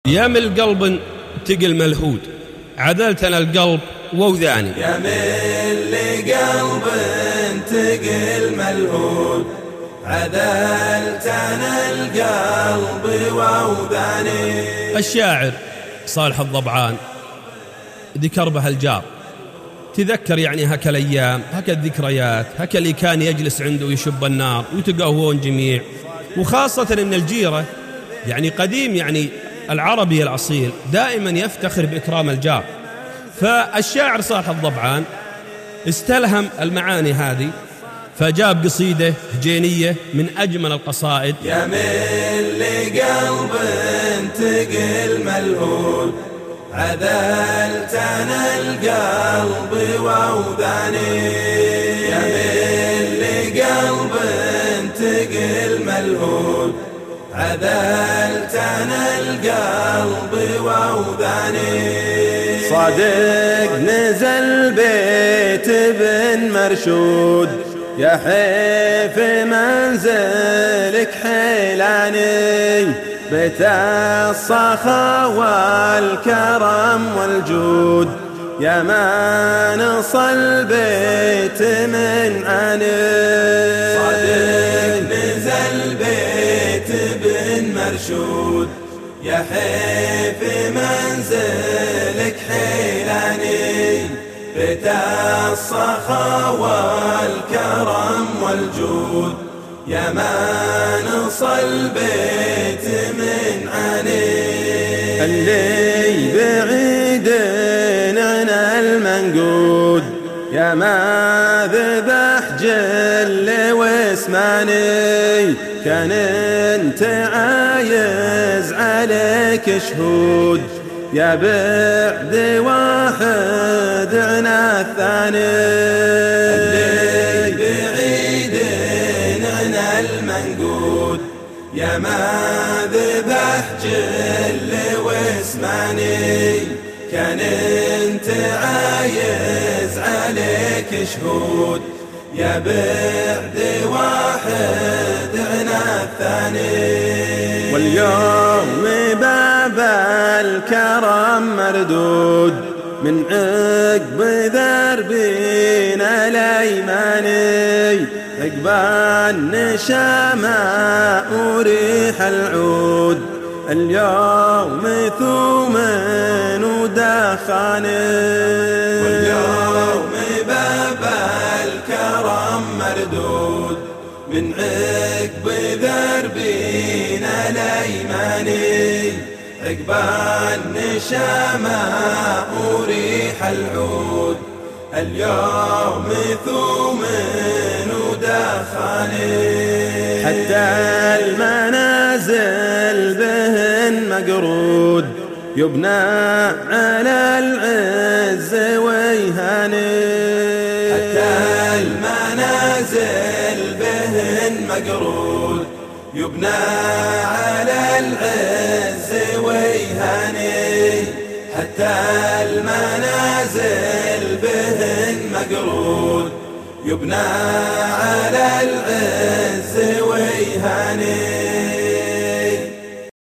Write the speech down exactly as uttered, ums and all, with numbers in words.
يا من القلب تقل ملهود عدلتنا القلب ووذاني. يا من لقلب تقل ملهود عدلتنا القلب ووذاني. الشاعر صالح الضبعان ذكر به الجار، تذكر يعني هكا الأيام هكا الذكريات هكا اللي كان يجلس عنده يشب النار ويتقهوون جميع، وخاصة ان الجيرة يعني قديم يعني العربي الأصيل دائما يفتخر بإكرام الجار. فالشاعر صالح الضبعان استلهم المعاني هذه فجاب قصيدة هجينية من أجمل القصائد. يا من لقلب تقل ملهود عدلتنا القلب ووذاني. يا من لقلب تقل ملهود عدلتنا القلب ووذاني. صادق نزل بيت بن مرشود يا حيف منزلك حيلاني. بيت الصخا والكرم والجود يا ما نصل بيت من عني. صادق نزل بيت بن مرشود يا حيف منزلك حيلاني. بيت الصخا والكرم والجود يا ما نصل بيت من عني. اللي بعيد عن المنقود يا ما ذبح جل واسماني. كان انت عايز عليك شهود يا بعد واحد عن الثاني. اللي بعيد عن المنقود يا ما ذبح جل واسماني. كان انت عايز عليك شهود يا بعد واحد عن الثاني. واليوم باب الكرم مردود من عقب ذربين الايماني. عقب النشامة وريح العود اليوم ثومن ودخاني. واليوم باب الكرم مردود من عقب ذربين الايماني. عقب النشامة وريح العود اليوم ثومن ودخاني. حتى المنازل بهن مقرود يبنى على العز ويهاني. حتى المنازل بهن مقرود يبنى على العز ويهاني. حتى المنازل بهن مقرود يبنى على العز ويهاني.